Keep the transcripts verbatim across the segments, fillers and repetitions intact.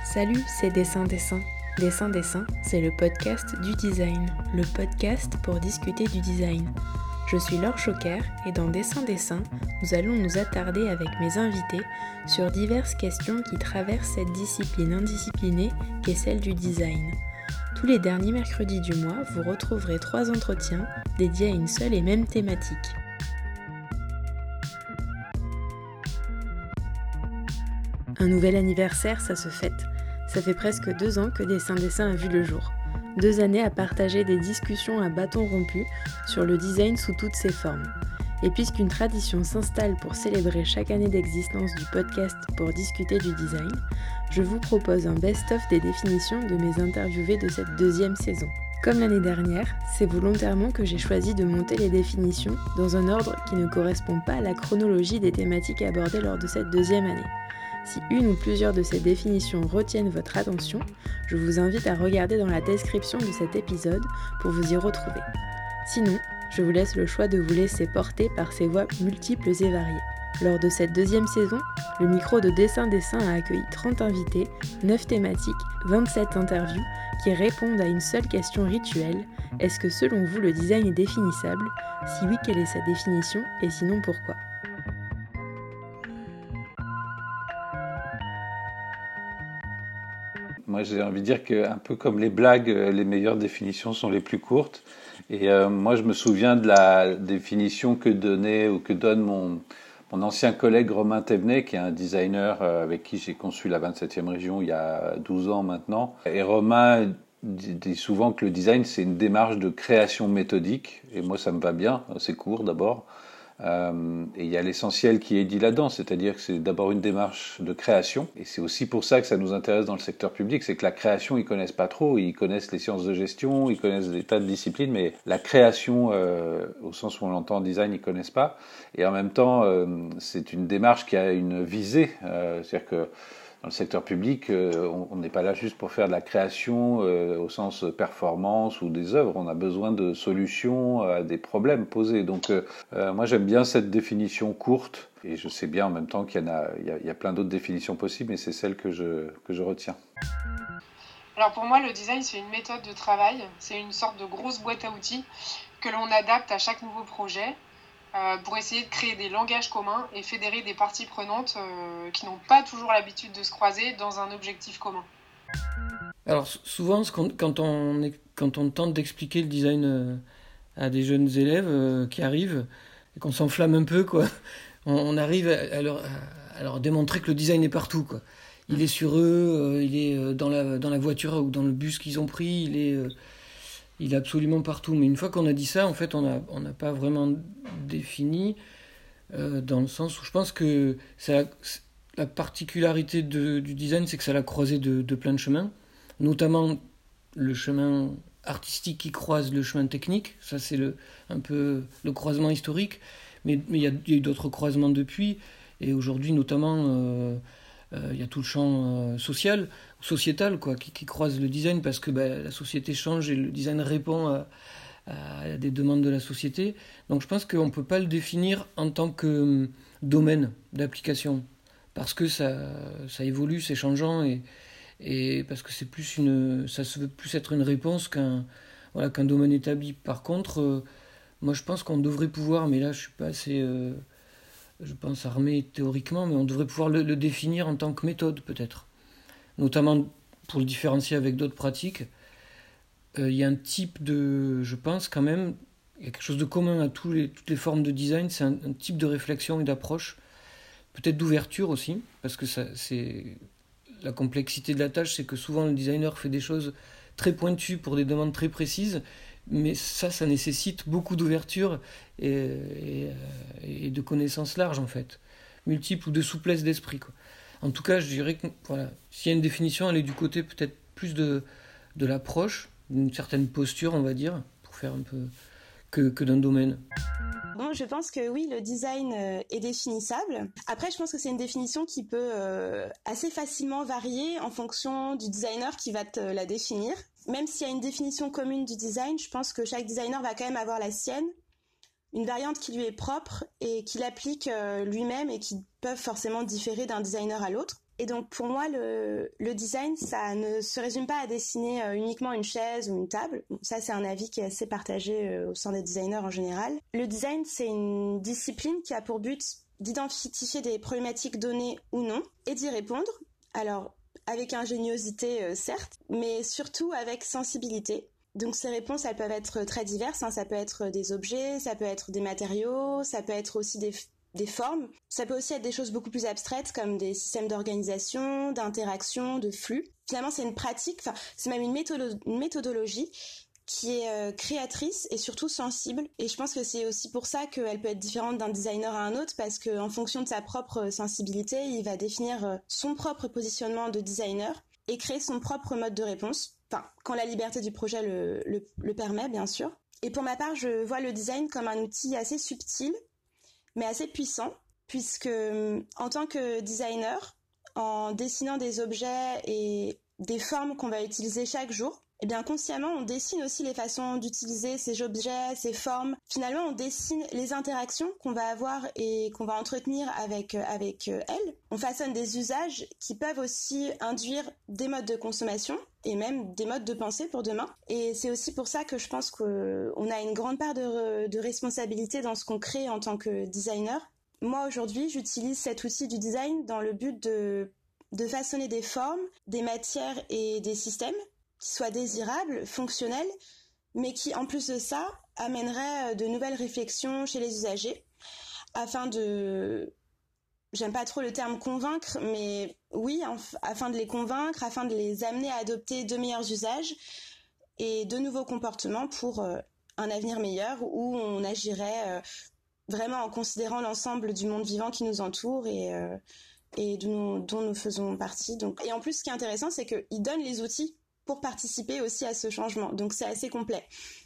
Salut, c'est Dessin Dessin. Dessin Dessin, c'est le podcast du design, le podcast pour discuter du design. Je suis Laure Choquer et dans Dessin Dessin, nous allons nous attarder avec mes invités sur diverses questions qui traversent cette discipline indisciplinée qu'est celle du design. Tous les derniers mercredis du mois, vous retrouverez trois entretiens dédiés à une seule et même thématique. Un nouvel anniversaire, ça se fête. Ça fait presque deux ans que Dessin Dessin a vu le jour. Deux années à partager des discussions à bâtons rompus sur le design sous toutes ses formes. Et puisqu'une tradition s'installe pour célébrer chaque année d'existence du podcast pour discuter du design, je vous propose un best-of des définitions de mes interviewés de cette deuxième saison. Comme l'année dernière, c'est volontairement que j'ai choisi de monter les définitions dans un ordre qui ne correspond pas à la chronologie des thématiques abordées lors de cette deuxième année. Si une ou plusieurs de ces définitions retiennent votre attention, je vous invite à regarder dans la description de cet épisode pour vous y retrouver. Sinon, je vous laisse le choix de vous laisser porter par ces voix multiples et variées. Lors de cette deuxième saison, le micro de Dessin Dessin a accueilli trente invités, neuf thématiques, vingt-sept interviews qui répondent à une seule question rituelle. Est-ce que selon vous le design est définissable ? Si oui, quelle est sa définition et sinon pourquoi ? Moi, j'ai envie de dire qu'un peu comme les blagues, les meilleures définitions sont les plus courtes. Et euh, moi, je me souviens de la définition que donnait ou que donne mon, mon ancien collègue Romain Thévenet, qui est un designer avec qui j'ai conçu la vingt-septième région il y a douze ans maintenant. Et Romain dit, dit souvent que le design, c'est une démarche de création méthodique. Et moi, ça me va bien. C'est court d'abord. Euh, et il y a l'essentiel qui est dit là-dedans, c'est-à-dire que c'est d'abord une démarche de création, et c'est aussi pour ça que ça nous intéresse dans le secteur public, c'est que la création, ils connaissent pas trop, ils connaissent les sciences de gestion, ils connaissent des tas de disciplines, mais la création, euh, au sens où on l'entend design, ils connaissent pas, et en même temps, euh, c'est une démarche qui a une visée, euh, c'est-à-dire que dans le secteur public, euh, on n'est pas là juste pour faire de la création euh, au sens performance ou des œuvres. On a besoin de solutions à des problèmes posés. Donc, euh, euh, moi, j'aime bien cette définition courte. Et je sais bien en même temps qu'il y en a, il y a, il y a plein d'autres définitions possibles, mais c'est celle que je, que je retiens. Alors pour moi, le design, c'est une méthode de travail. C'est une sorte de grosse boîte à outils que l'on adapte à chaque nouveau projet. Euh, pour essayer de créer des langages communs et fédérer des parties prenantes euh, qui n'ont pas toujours l'habitude de se croiser dans un objectif commun. Alors souvent, quand on, est, quand on tente d'expliquer le design euh, à des jeunes élèves euh, qui arrivent, et qu'on s'enflamme un peu, quoi, on, on arrive à, à, leur, à leur démontrer que le design est partout, quoi. Il est sur eux, euh, il est dans la, dans la voiture ou dans le bus qu'ils ont pris, il est... Euh, Il est absolument partout. Mais une fois qu'on a dit ça, en fait, on n'a on n'a pas vraiment défini, euh, dans le sens où je pense que ça, la particularité de, du design, c'est que c'est la croisée de, de plein de chemins, notamment le chemin artistique qui croise le chemin technique. Ça, c'est le, un peu le croisement historique. Mais, mais il y a, il y a eu d'autres croisements depuis. Et aujourd'hui, notamment, euh, euh, il y a tout le champ euh, social, sociétal, quoi, qui, qui croise le design parce que bah, la société change et le design répond à, à des demandes de la société. Donc je pense qu'on ne peut pas le définir en tant que euh, domaine d'application parce que ça, ça évolue, c'est changeant et, et parce que c'est plus une, ça se veut plus être une réponse qu'un, voilà, qu'un domaine établi. Par contre, euh, moi je pense qu'on devrait pouvoir, mais là je ne suis pas assez... Euh, je pense armé théoriquement, mais on devrait pouvoir le, le définir en tant que méthode peut-être. Notamment pour le différencier avec d'autres pratiques. Il euh, y a un type de... Je pense quand même, il y a quelque chose de commun à tous les, toutes les formes de design, c'est un, un type de réflexion et d'approche, peut-être d'ouverture aussi, parce que ça, c'est... la complexité de la tâche, c'est que souvent le designer fait des choses très pointues pour des demandes très précises, mais ça, ça nécessite beaucoup d'ouverture et, et, et de connaissances larges, en fait, multiples ou de souplesse d'esprit, quoi. En tout cas, je dirais que voilà, s'il y a une définition, elle est du côté peut-être plus de, de l'approche, d'une certaine posture, on va dire, pour faire un peu que, que d'un domaine. Bon, je pense que oui, le design euh, est définissable. Après, je pense que c'est une définition qui peut euh, assez facilement varier en fonction du designer qui va te la définir. Même s'il y a une définition commune du design, je pense que chaque designer va quand même avoir la sienne, une variante qui lui est propre et qu'il applique euh, lui-même et qui peuvent forcément différer d'un designer à l'autre. Et donc pour moi, le, le design, ça ne se résume pas à dessiner euh, uniquement une chaise ou une table. Bon, ça, c'est un avis qui est assez partagé euh, au sein des designers en général. Le design, c'est une discipline qui a pour but d'identifier des problématiques données ou non et d'y répondre. Alors, avec ingéniosité, euh, certes, mais surtout avec sensibilité. Donc ces réponses, elles peuvent être très diverses, hein. Ça peut être des objets, ça peut être des matériaux, ça peut être aussi des, des formes. Ça peut aussi être des choses beaucoup plus abstraites comme des systèmes d'organisation, d'interaction, de flux. Finalement, c'est une pratique, enfin, c'est même une, méthodo- une méthodologie qui est euh, créatrice et surtout sensible. Et je pense que c'est aussi pour ça qu'elle peut être différente d'un designer à un autre, parce qu'en fonction de sa propre sensibilité, il va définir euh, son propre positionnement de designer et créer son propre mode de réponse. Enfin, quand la liberté du projet le, le, le permet, bien sûr. Et pour ma part, je vois le design comme un outil assez subtil, mais assez puissant, puisque en tant que designer, en dessinant des objets et des formes qu'on va utiliser chaque jour, eh bien consciemment, on dessine aussi les façons d'utiliser ces objets, ces formes. Finalement, on dessine les interactions qu'on va avoir et qu'on va entretenir avec, avec elles. On façonne des usages qui peuvent aussi induire des modes de consommation et même des modes de pensée pour demain. Et c'est aussi pour ça que je pense qu'on a une grande part de, de responsabilité dans ce qu'on crée en tant que designer. Moi, aujourd'hui, j'utilise cet outil du design dans le but de, de façonner des formes, des matières et des systèmes qui soient désirables, fonctionnels, mais qui, en plus de ça, amèneraient de nouvelles réflexions chez les usagers, afin de... J'aime pas trop le terme convaincre, mais oui, afin de les convaincre, afin de les amener à adopter de meilleurs usages et de nouveaux comportements pour un avenir meilleur où on agirait vraiment en considérant l'ensemble du monde vivant qui nous entoure et, et de nous, dont nous faisons partie. Donc, et en plus, ce qui est intéressant, c'est qu'il donne les outils pour participer aussi à ce changement. Donc c'est assez complet.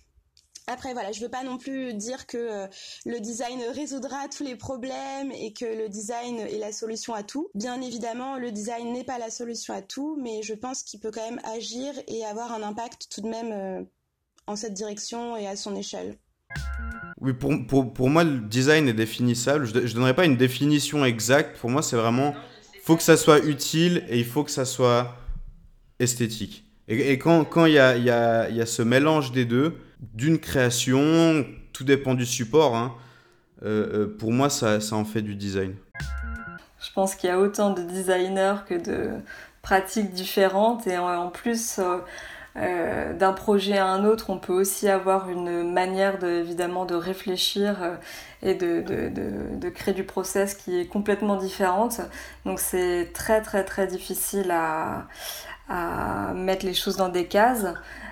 Après voilà, je veux pas non plus dire que euh, le design résoudra tous les problèmes et que le design est la solution à tout. Bien évidemment, le design n'est pas la solution à tout, mais je pense qu'il peut quand même agir et avoir un impact tout de même euh, en cette direction et à son échelle. Oui, pour, pour, pour moi, le design est définissable. Je ne donnerai pas une définition exacte. Pour moi, c'est vraiment... Il faut que ça soit utile et il faut que ça soit esthétique. Et, et quand quand il y a il y a il y a ce mélange des deux, d'une création, tout dépend du support, hein, euh, pour moi ça ça en fait du design. Je pense qu'il y a autant de designers que de pratiques différentes et en, en plus euh, euh, d'un projet à un autre, on peut aussi avoir une manière de, évidemment de réfléchir euh, et de, de, de, de créer du process qui est complètement différente. Donc c'est très très très difficile à à mettre les choses dans des cases.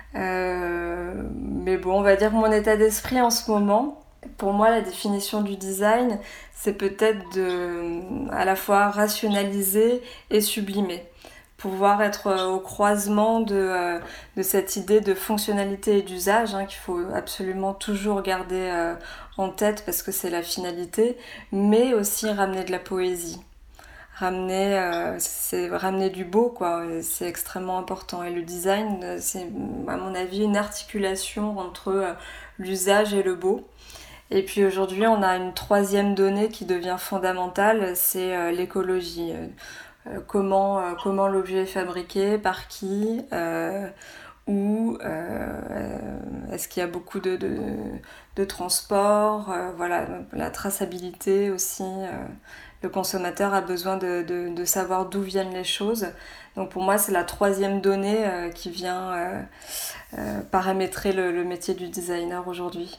Euh, mais bon, on va dire mon état d'esprit en ce moment, pour moi, la définition du design, c'est peut-être de, à la fois rationaliser et sublimer. Pouvoir être au croisement de, de cette idée de fonctionnalité et d'usage, hein, qu'il faut absolument toujours garder euh, en tête parce que c'est la finalité, mais aussi ramener de la poésie. Ramener, euh, c'est ramener du beau, quoi. C'est extrêmement important. Et le design, c'est à mon avis une articulation entre euh, l'usage et le beau. Et puis aujourd'hui, on a une troisième donnée qui devient fondamentale, c'est euh, l'écologie. Euh, comment, euh, comment l'objet est fabriqué, par qui, euh, où, euh, est-ce qu'il y a beaucoup de, de, de transport, euh, voilà, la traçabilité aussi. Euh, Le consommateur a besoin de, de, de savoir d'où viennent les choses. Donc pour moi, c'est la troisième donnée euh, qui vient euh, euh, paramétrer le, le métier du designer aujourd'hui.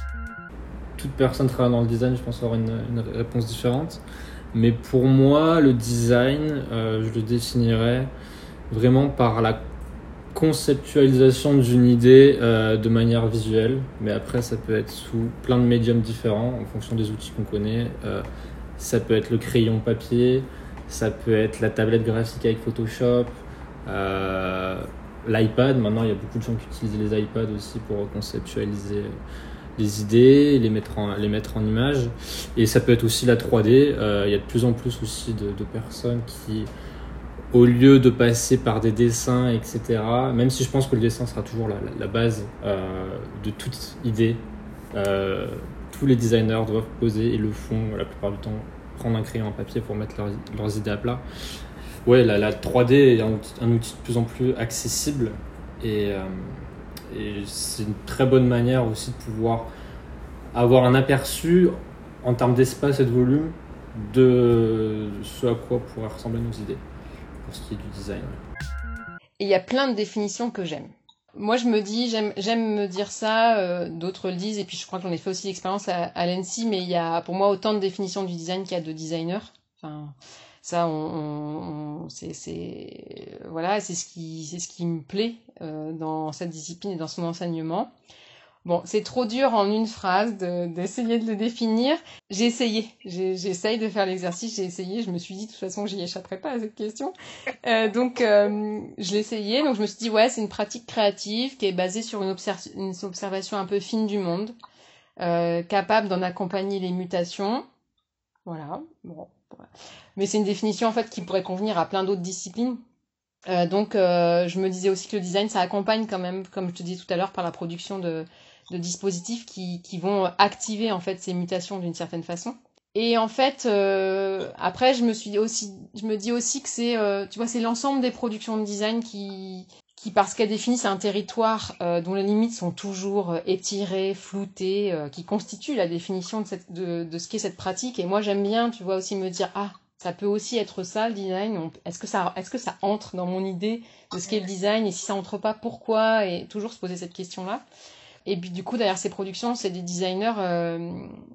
Toute personne travaillant dans le design, je pense avoir une, une réponse différente. Mais pour moi, le design, euh, je le définirais vraiment par la conceptualisation d'une idée euh, de manière visuelle. Mais après, ça peut être sous plein de médiums différents en fonction des outils qu'on connaît. Euh, Ça peut être le crayon papier, ça peut être la tablette graphique avec Photoshop, euh, l'iPad. Maintenant, il y a beaucoup de gens qui utilisent les iPads aussi pour conceptualiser les idées, les mettre en, les mettre en images. Et ça peut être aussi la trois D. Euh, il y a de plus en plus aussi de, de personnes qui, au lieu de passer par des dessins, et cetera, même si je pense que le dessin sera toujours la, la, la base euh, de toute idée, euh, tous les designers doivent poser et le font la plupart du temps, prendre un crayon, un papier pour mettre leurs, leurs idées à plat. ouais, la, la trois D est un outil, un outil de plus en plus accessible et, euh, et c'est une très bonne manière aussi de pouvoir avoir un aperçu en termes d'espace et de volume de ce à quoi pourraient ressembler nos idées pour ce qui est du design. Et il y a plein de définitions que j'aime. Moi, je me dis, j'aime, j'aime me dire ça, euh, d'autres le disent, et puis je crois que j'en ai fait aussi l'expérience à, à l'E N S I, mais il y a pour moi autant de définitions du design qu'il y a de designers. Enfin, ça, on, on, on c'est, c'est, voilà, c'est ce qui, c'est ce qui me plaît euh, dans cette discipline et dans son enseignement. Bon, c'est trop dur en une phrase de, d'essayer de le définir. J'ai essayé, j'ai, j'essaye de faire l'exercice, j'ai essayé, je me suis dit de toute façon j'y échapperai pas à cette question. Euh, donc euh, je l'ai essayé, donc je me suis dit ouais c'est une pratique créative qui est basée sur une, obser- une observation un peu fine du monde, euh, capable d'en accompagner les mutations. Voilà, bon. Ouais. Mais c'est une définition en fait qui pourrait convenir à plein d'autres disciplines. Euh, donc euh, je me disais aussi que le design ça accompagne quand même, comme je te disais tout à l'heure, par la production de de dispositifs qui, qui vont activer en fait ces mutations d'une certaine façon. Et en fait, euh, après, je me suis aussi, je me dis aussi que c'est, euh, tu vois, c'est l'ensemble des productions de design qui, qui parce qu'elles définissent un territoire euh, dont les limites sont toujours étirées, floutées, euh, qui constituent la définition de, cette, de, de ce qu'est cette pratique. Et moi, j'aime bien, tu vois, aussi me dire, ah, ça peut aussi être ça, le design. On, est-ce que ça, est-ce que ça entre dans mon idée de ce qu'est le design? Et si ça entre pas, pourquoi? Et toujours se poser cette question-là. Et puis du coup, derrière ces productions, c'est des designers euh,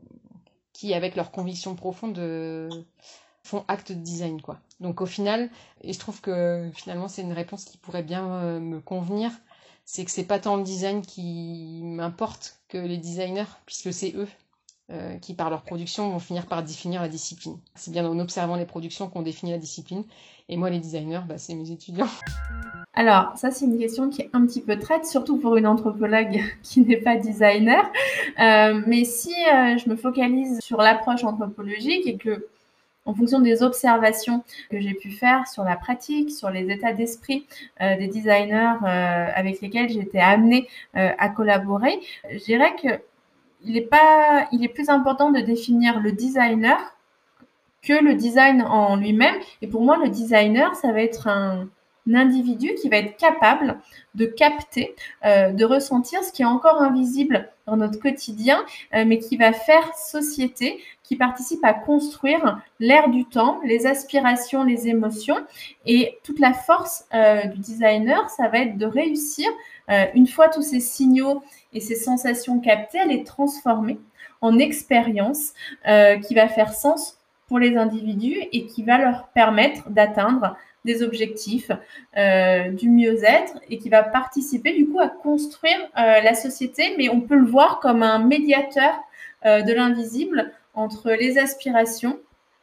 qui, avec leurs convictions profondes, euh, font acte de design, quoi. Donc au final, et je trouve que finalement c'est une réponse qui pourrait bien euh, me convenir, c'est que c'est pas tant le design qui m'importe que les designers, puisque c'est eux euh, qui, par leur production, vont finir par définir la discipline. C'est bien en observant les productions qu'on définit la discipline. Et moi, les designers, bah, c'est mes étudiants. Alors, ça, c'est une question qui est un petit peu traite, surtout pour une anthropologue qui n'est pas designer. Euh, mais si euh, je me focalise sur l'approche anthropologique et que, en fonction des observations que j'ai pu faire sur la pratique, sur les états d'esprit euh, des designers euh, avec lesquels j'étais amenée euh, à collaborer, je dirais que il est pas, il est plus important de définir le designer que le design en lui-même. Et pour moi, le designer, ça va être un, un individu qui va être capable de capter, euh, de ressentir ce qui est encore invisible dans notre quotidien, euh, mais qui va faire société, qui participe à construire l'air du temps, les aspirations, les émotions. Et toute la force euh, du designer, ça va être de réussir, euh, une fois tous ces signaux et ces sensations captées, à les transformer en expérience euh, qui va faire sens pour les individus et qui va leur permettre d'atteindre des objectifs, euh, du mieux-être et qui va participer du coup à construire euh, la société. Mais on peut le voir comme un médiateur euh, de l'invisible entre les aspirations,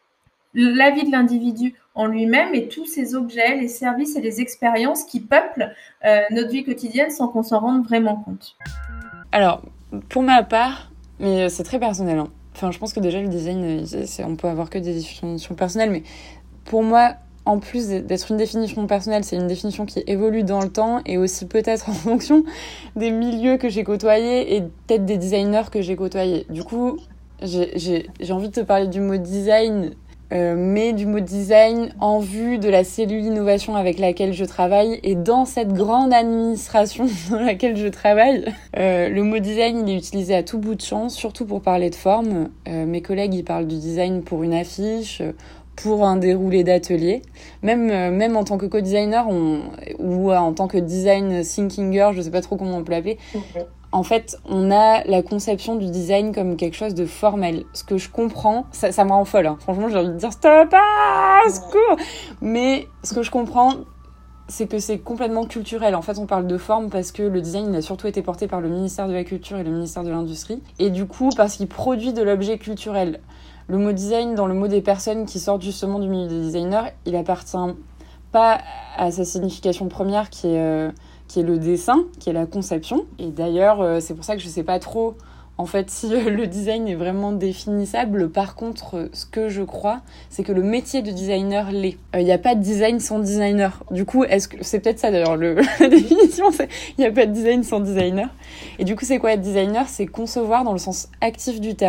la vie de l'individu en lui-même et tous ces objets, les services et les expériences qui peuplent euh, notre vie quotidienne sans qu'on s'en rende vraiment compte. Alors, pour ma part, mais c'est très personnel, hein. Enfin, je pense que déjà, le design, c'est, on peut avoir que des définitions personnelles, mais pour moi, en plus d'être une définition personnelle, c'est une définition qui évolue dans le temps et aussi peut-être en fonction des milieux que j'ai côtoyés et peut-être des designers que j'ai côtoyés. Du coup, j'ai, j'ai, j'ai envie de te parler du mot design, euh, mais du mot design en vue de la cellule innovation avec laquelle je travaille. Et dans cette grande administration dans laquelle je travaille, euh, le mot design, il est utilisé à tout bout de champ, surtout pour parler de forme. Euh, mes collègues, ils parlent du design pour une affiche, pour un déroulé d'atelier. Même, euh, même en tant que co-designer on, ou en tant que design thinkinger, je sais pas trop comment on peut l'appeler, okay. En fait, on a la conception du design comme quelque chose de formel. Ce que je comprends, ça, ça me rend folle, hein. Franchement, j'ai envie de dire stop, ah, secours. Mais ce que je comprends, c'est que c'est complètement culturel. En fait, on parle de forme parce que le design il a surtout été porté par le ministère de la Culture et le ministère de l'Industrie. Et du coup, parce qu'il produit de l'objet culturel. Le mot design, dans le mot des personnes qui sortent justement du milieu des designers, il appartient pas à sa signification première qui est, euh, qui est le dessin, qui est la conception. Et d'ailleurs, euh, c'est pour ça que je sais pas trop, en fait, si euh, le design est vraiment définissable. Par contre, euh, ce que je crois, c'est que le métier de designer l'est. Il euh, n'y a pas de design sans designer. Du coup, est-ce que c'est peut-être ça d'ailleurs le, la définition, c'est il n'y a pas de design sans designer. Et du coup, c'est quoi être designer ? C'est concevoir dans le sens actif du terme.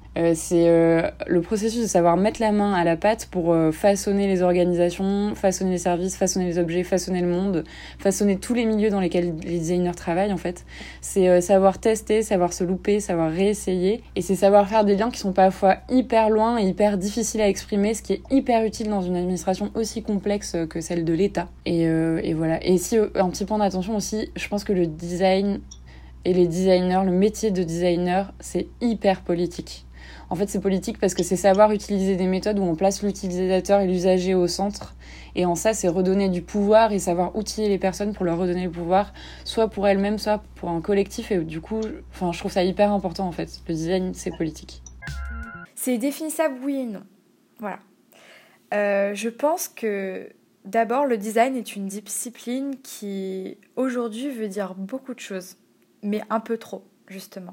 Euh, c'est euh, le processus de savoir mettre la main à la pâte pour euh, façonner les organisations, façonner les services, façonner les objets, façonner le monde, façonner tous les milieux dans lesquels les designers travaillent en fait. C'est euh, savoir tester, savoir se louper, savoir réessayer, et c'est savoir faire des liens qui sont parfois hyper loin et hyper difficiles à exprimer, ce qui est hyper utile dans une administration aussi complexe que celle de l'État. Et, euh, et voilà. Et si euh, un petit point d'attention aussi, je pense que le design et les designers, le métier de designer, c'est hyper politique. En fait, c'est politique parce que c'est savoir utiliser des méthodes où on place l'utilisateur et l'usager au centre. Et en ça, c'est redonner du pouvoir et savoir outiller les personnes pour leur redonner le pouvoir, soit pour elles-mêmes, soit pour un collectif. Et du coup, enfin, je trouve ça hyper important, en fait. Le design, c'est politique. C'est définissable, oui et non. Voilà. Euh, je pense que, d'abord, le design est une discipline qui, aujourd'hui, veut dire beaucoup de choses, mais un peu trop, justement.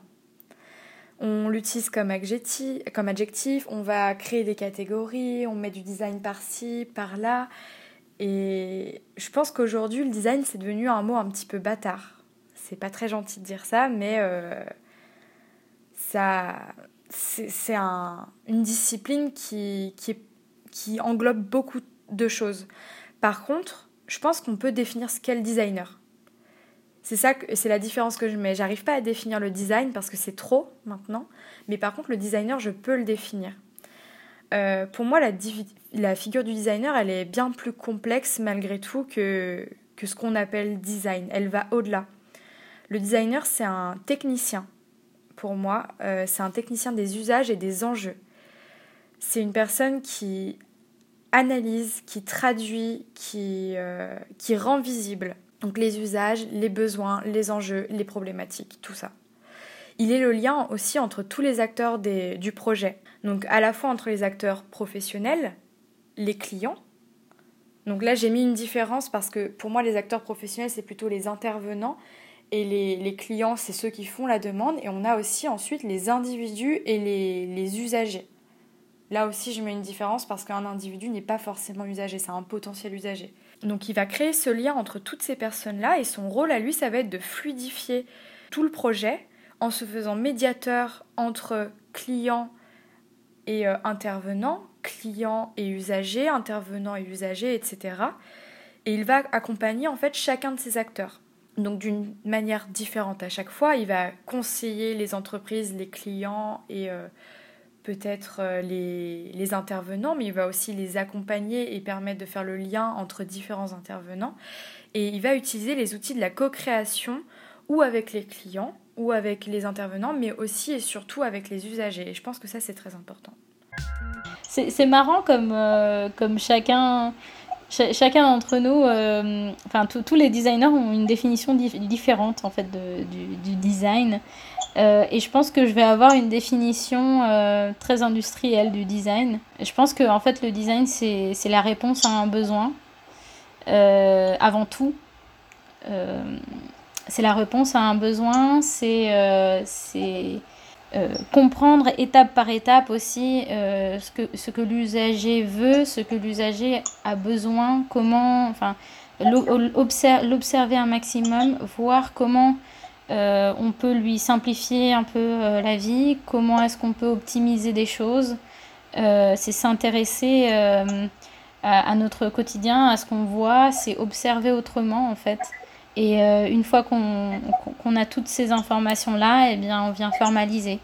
On l'utilise comme adjectif, comme adjectif, on va créer des catégories, on met du design par-ci, par-là. Et je pense qu'aujourd'hui, le design, c'est devenu un mot un petit peu bâtard. C'est pas très gentil de dire ça, mais euh, ça, c'est, c'est un, une discipline qui, qui, est, qui englobe beaucoup de choses. Par contre, je pense qu'on peut définir ce qu'est le designer. C'est ça, que, c'est la différence que je mets. J'arrive pas à définir le design parce que c'est trop maintenant. Mais par contre, le designer, je peux le définir. Euh, pour moi, la, divi- la figure du designer, elle est bien plus complexe malgré tout que, que ce qu'on appelle design. Elle va au-delà. Le designer, c'est un technicien. Pour moi, euh, c'est un technicien des usages et des enjeux. C'est une personne qui analyse, qui traduit, qui, euh, qui rend visible. Donc les usages, les besoins, les enjeux, les problématiques, tout ça. Il est le lien aussi entre tous les acteurs des, du projet. Donc à la fois entre les acteurs professionnels, les clients. Donc là j'ai mis une différence parce que pour moi les acteurs professionnels c'est plutôt les intervenants et les, les clients c'est ceux qui font la demande. Et on a aussi ensuite les individus et les, les usagers. Là aussi je mets une différence parce qu'un individu n'est pas forcément usager, c'est un potentiel usager. Donc il va créer ce lien entre toutes ces personnes-là et son rôle à lui, ça va être de fluidifier tout le projet en se faisant médiateur entre clients et euh, intervenants, clients et usagers, intervenants et usagers, et cetera. Et il va accompagner en fait chacun de ces acteurs. Donc d'une manière différente à chaque fois, il va conseiller les entreprises, les clients et euh, peut-être les, les intervenants, mais il va aussi les accompagner et permettre de faire le lien entre différents intervenants. Et il va utiliser les outils de la co-création ou avec les clients, ou avec les intervenants, mais aussi et surtout avec les usagers. Et je pense que ça, c'est très important. C'est, c'est marrant comme, euh, comme chacun, ch- chacun d'entre nous, euh, enfin tous les designers ont une définition dif- différente en fait, de, du, du design. Euh, et je pense que je vais avoir une définition euh, très industrielle du design. Je pense que en fait, le design, c'est, c'est la réponse à un besoin, euh, avant tout. Euh, c'est la réponse à un besoin, c'est, euh, c'est euh, comprendre étape par étape aussi euh, ce que, ce que l'usager veut, ce que l'usager a besoin, comment, enfin, l'observer un maximum, voir comment Euh, on peut lui simplifier un peu euh, la vie, comment est-ce qu'on peut optimiser des choses. Euh, c'est s'intéresser euh, à, à notre quotidien, à ce qu'on voit, c'est observer autrement en fait. Et euh, une fois qu'on, qu'on a toutes ces informations-là, eh bien, on vient formaliser.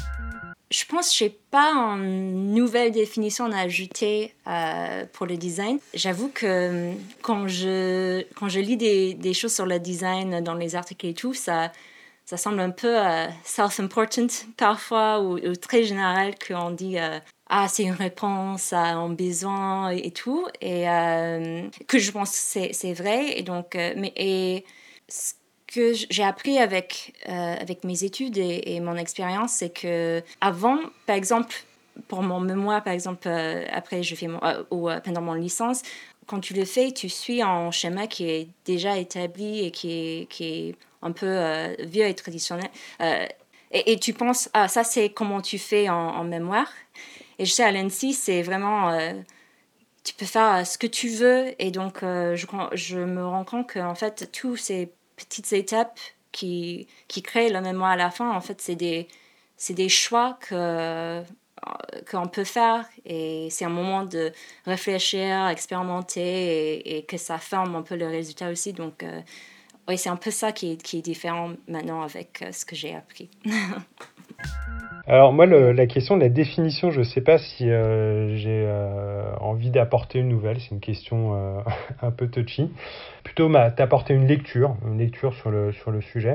Je pense que je n'ai pas une nouvelle définition à ajouter euh, pour le design. J'avoue que quand je, quand je lis des, des choses sur le design dans les articles et tout, ça, ça semble un peu euh, self-important parfois ou, ou très général qu'on dit euh, « Ah, c'est une réponse à un besoin » et, et tout. Et euh, que je pense que c'est, c'est vrai. Et donc, euh, mais, et ce que j'ai appris avec, euh, avec mes études et, et mon expérience, c'est que avant, par exemple, pour mon mémoire, par exemple, euh, après je fais mon, euh, ou euh, pendant mon licence, quand tu le fais, tu suis un schéma qui est déjà établi et qui est, qui est un peu euh, vieux et traditionnel. Euh, et, et tu penses, ah, ça c'est comment tu fais en, en mémoire. Et je sais, à l'E N S I, c'est vraiment... Euh, tu peux faire ce que tu veux. Et donc, euh, je, je me rends compte qu'en fait, tous ces petites étapes qui, qui créent la mémoire à la fin, en fait, c'est des, c'est des choix que, qu'on peut faire et c'est un moment de réfléchir, expérimenter et, et que ça forme un peu le résultat aussi. Donc, euh, oui, c'est un peu ça qui est, qui est différent maintenant avec euh, ce que j'ai appris. Alors moi, le, la question de la définition, je ne sais pas si euh, j'ai euh, envie d'apporter une nouvelle, c'est une question euh, un peu touchy. Plutôt bah, t'apporter une lecture, une lecture sur le, sur le sujet,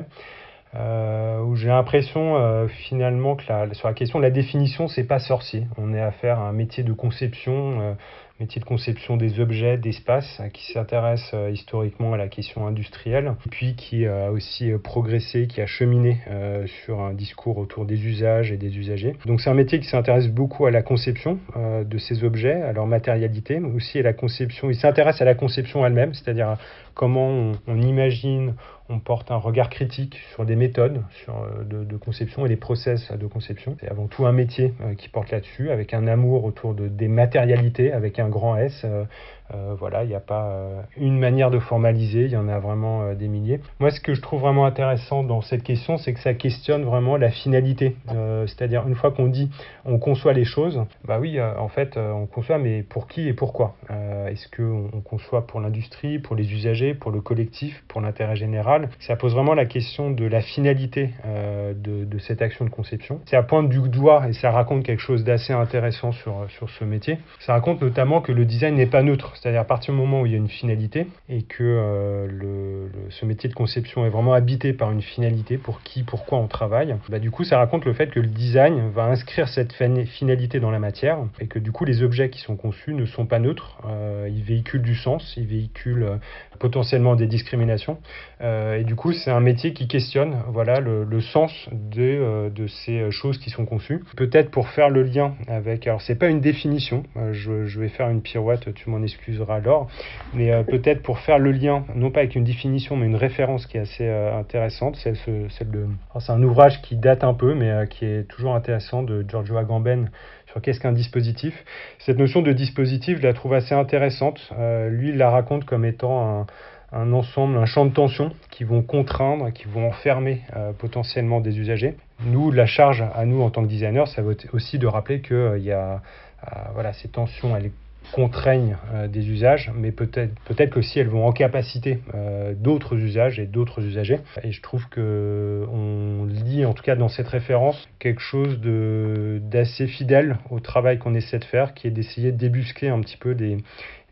euh, où j'ai l'impression euh, finalement que la, sur la question de la définition, c'est pas sorcier. On est à faire un métier de conception, euh, métier de conception des objets, d'espace, qui s'intéresse euh, historiquement à la question industrielle, et puis qui a aussi euh, progressé, qui a cheminé euh, sur un discours autour des usages et des usagers. Donc c'est un métier qui s'intéresse beaucoup à la conception euh, de ces objets, à leur matérialité, mais aussi à la conception. Il s'intéresse à la conception elle-même, c'est-à-dire à comment on, on imagine, on porte un regard critique sur des méthodes sur, de, de conception et des process de conception. C'est avant tout un métier euh, qui porte là-dessus, avec un amour autour de, des matérialités, avec un grand S. Euh, euh, voilà, il n'y a pas euh, une manière de formaliser, il y en a vraiment euh, des milliers. Moi, ce que je trouve vraiment intéressant dans cette question, c'est que ça questionne vraiment la finalité. Euh, c'est-à-dire, une fois qu'on dit on conçoit les choses, bah oui, euh, en fait, euh, on conçoit, mais pour qui et pourquoi euh, Est-ce qu'on on conçoit pour l'industrie, pour les usagers, pour le collectif, pour l'intérêt général? Ça pose vraiment la question de la finalité euh, de, de cette action de conception. Ça pointe du doigt et ça raconte quelque chose d'assez intéressant sur, sur ce métier. Ça raconte notamment que le design n'est pas neutre. C'est-à-dire à partir du moment où il y a une finalité et que euh, le, le, ce métier de conception est vraiment habité par une finalité, pour qui, pourquoi on travaille, bah, du coup ça raconte le fait que le design va inscrire cette finalité dans la matière et que du coup les objets qui sont conçus ne sont pas neutres, euh, ils véhiculent du sens, ils véhiculent euh, potentiellement des discriminations euh, et du coup c'est un métier qui questionne voilà, le, le sens de, euh, de ces choses qui sont conçues. Peut-être pour faire le lien avec, alors c'est pas une définition, euh, je, je vais faire une pirouette, tu m'en excuses alors, mais euh, peut-être pour faire le lien, non pas avec une définition, mais une référence qui est assez euh, intéressante, c'est, ce, celle de, alors, c'est un ouvrage qui date un peu, mais euh, qui est toujours intéressant, de Giorgio Agamben, sur qu'est-ce qu'un dispositif. Cette notion de dispositif, je la trouve assez intéressante. Euh, lui, il la raconte comme étant un, un ensemble, un champ de tension qui vont contraindre, qui vont enfermer euh, potentiellement des usagers. Nous, la charge à nous en tant que designers, ça va aussi de rappeler qu'il euh, y a euh, voilà, ces tensions, elles contraignent euh, des usages, mais peut-être peut-être qu'aussi elles vont en capaciter euh, d'autres usages et d'autres usagers. Et je trouve que on lit, en tout cas dans cette référence, quelque chose de d'assez fidèle au travail qu'on essaie de faire, qui est d'essayer de débusquer un petit peu des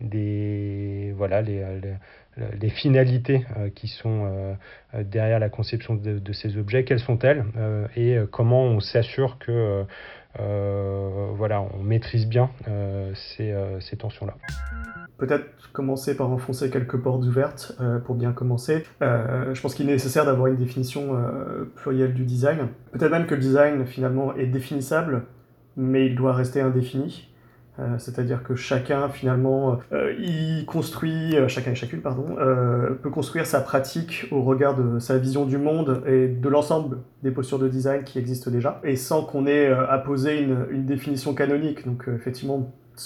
des voilà les, les les finalités euh, qui sont euh, derrière la conception de, de ces objets, quelles sont-elles euh, et comment on s'assure que euh, euh, voilà, on maîtrise bien euh, ces, euh, ces tensions-là. Peut-être commencer par enfoncer quelques portes ouvertes euh, pour bien commencer. Euh, je pense qu'il est nécessaire d'avoir une définition euh, plurielle du design. Peut-être même que le design finalement est définissable, mais il doit rester indéfini. Euh, c'est-à-dire que chacun finalement euh, il construit, euh, chacun et chacune pardon, euh, peut construire sa pratique au regard de sa vision du monde et de l'ensemble des postures de design qui existent déjà, et sans qu'on ait euh, à poser une, une définition canonique. Donc euh, effectivement,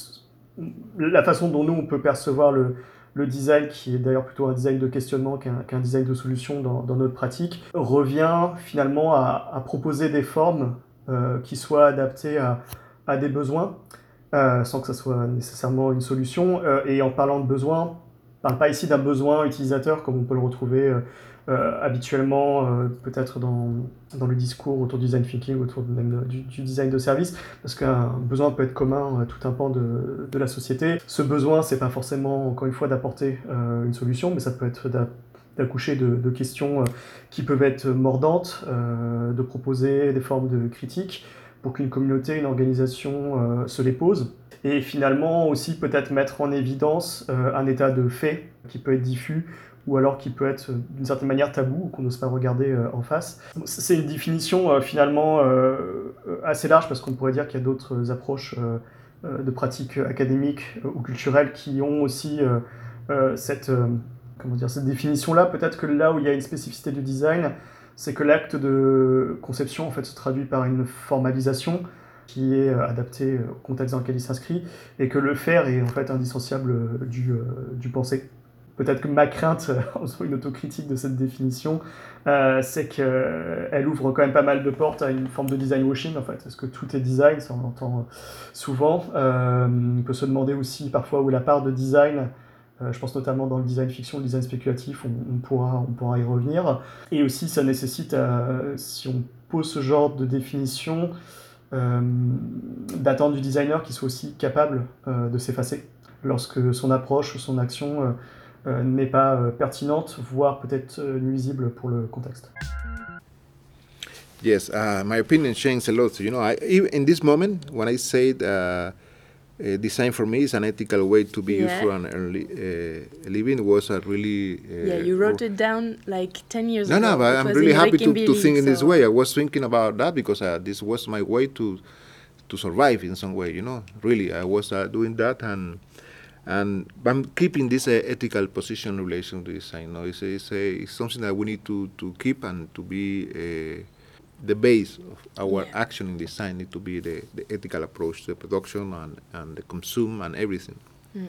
la façon dont nous on peut percevoir le, le design, qui est d'ailleurs plutôt un design de questionnement qu'un, qu'un design de solution dans, dans notre pratique, revient finalement à, à proposer des formes euh, qui soient adaptées à, à des besoins. Euh, sans que ça soit nécessairement une solution. Euh, et en parlant de besoin, on ne parle pas ici d'un besoin utilisateur comme on peut le retrouver euh, euh, habituellement, euh, peut-être dans, dans le discours autour du design thinking, autour de, même du, du design de service, parce qu'un besoin peut être commun à tout un pan de, de la société. Ce besoin, ce n'est pas forcément, encore une fois, d'apporter euh, une solution, mais ça peut être d'accoucher de, de questions euh, qui peuvent être mordantes, euh, de proposer des formes de critique, pour qu'une communauté, une organisation euh, se les pose. Et finalement aussi peut-être mettre en évidence euh, un état de fait qui peut être diffus ou alors qui peut être d'une certaine manière tabou ou qu'on n'ose pas regarder euh, en face. C'est une définition euh, finalement euh, assez large parce qu'on pourrait dire qu'il y a d'autres approches euh, de pratiques académiques ou culturelles qui ont aussi euh, euh, cette, euh, comment dire, cette définition-là. Peut-être que là où il y a une spécificité du design, c'est que l'acte de conception en fait, se traduit par une formalisation qui est adaptée au contexte dans lequel il s'inscrit, et que le faire est en fait indissociable du, du penser. peut-être que ma crainte, en faisant une autocritique de cette définition, euh, c'est qu'elle ouvre quand même pas mal de portes à une forme de design washing, en fait. Est-ce que tout est design? Ça, on l'entend souvent. Euh, on peut se demander aussi parfois où est la part de design. Euh, je pense notamment dans le design fiction, le design spéculatif, on, on, pourra, on pourra y revenir. Et aussi, ça nécessite, euh, si on pose ce genre de définition, euh, d'attendre du designer qu'il soit aussi capable euh, de s'effacer lorsque son approche, son action euh, euh, n'est pas euh, pertinente, voire peut-être euh, nuisible pour le contexte. Yes, uh, my opinion changed a lot. So, you know, I, even in this moment, when I said uh, uh, design for me is an ethical way to be Yeah. useful and early uh, living, was a really uh, Yeah, you wrote it down like ten years no, ago. no, but It I'm was really in happy to, Reykjavik, to think in this so- way. I was thinking about that because uh, this was my way to to survive in some way. You know, really, I was uh, doing that, and and I'm keeping this uh, ethical position in relation to design. You know, it's, it's, a, it's something that we need to, to keep and to be uh, the base of our Yeah. action in design. Need to be the, the ethical approach to the production and and the consume and everything. Mm.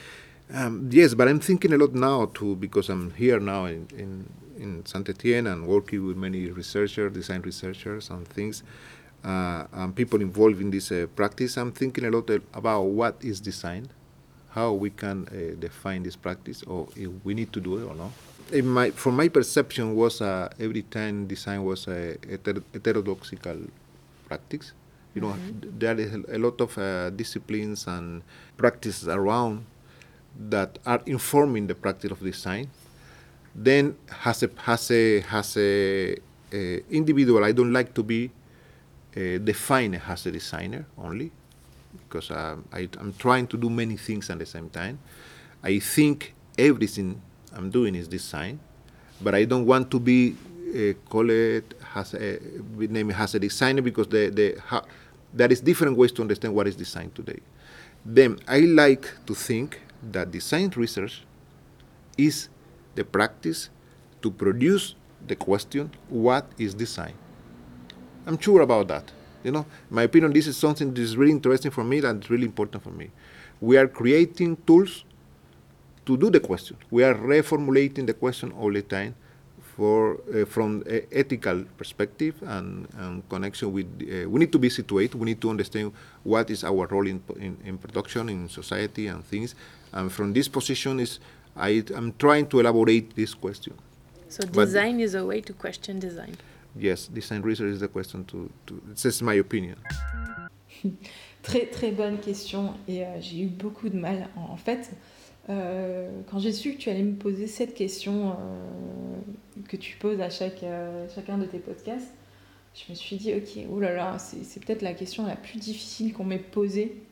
Um, yes, but I'm thinking a lot now too because I'm here now in, in, in Saint-Étienne and working with many researchers, design researchers and things, uh, and people involved in this uh, practice. I'm thinking a lot about what is design, how we can uh, define this practice, or if we need to do it or not. In my, from my perception was uh, every time design was a heter- heterodoxical practice. You know, Mhm. there is a lot of uh, disciplines and practices around that are informing the practice of design. Then has a has a has a, a individual. I don't like to be uh, defined as a designer only, because um, I, I'm trying to do many things at the same time. I think everything I'm doing is design, but I don't want to be uh, call it as a be named as a designer because the the ha, there is different ways to understand what is design today. Then I like to think that design research is the practice to produce the question, what is design? I'm sure about that. You know, in my opinion, this is something that is really interesting for me and really important for me. We are creating tools to do the question. We are reformulating the question all the time for uh, from an ethical perspective and, and connection with, uh, we need to be situated, we need to understand what is our role in, in, in production, in society and things. And from this position is, I, I'm trying to elaborate this question. So But- design is a way to question design. Yes, design research is the question to, to this is my opinion. Très très bonne question et euh, j'ai eu beaucoup de mal. En, en fait, euh, quand j'ai su que tu allais me poser cette question euh, que tu poses à chaque, euh, chacun de tes podcasts, je me suis dit, ok, oulala, c'est, c'est peut-être la question la plus difficile qu'on m'ait posée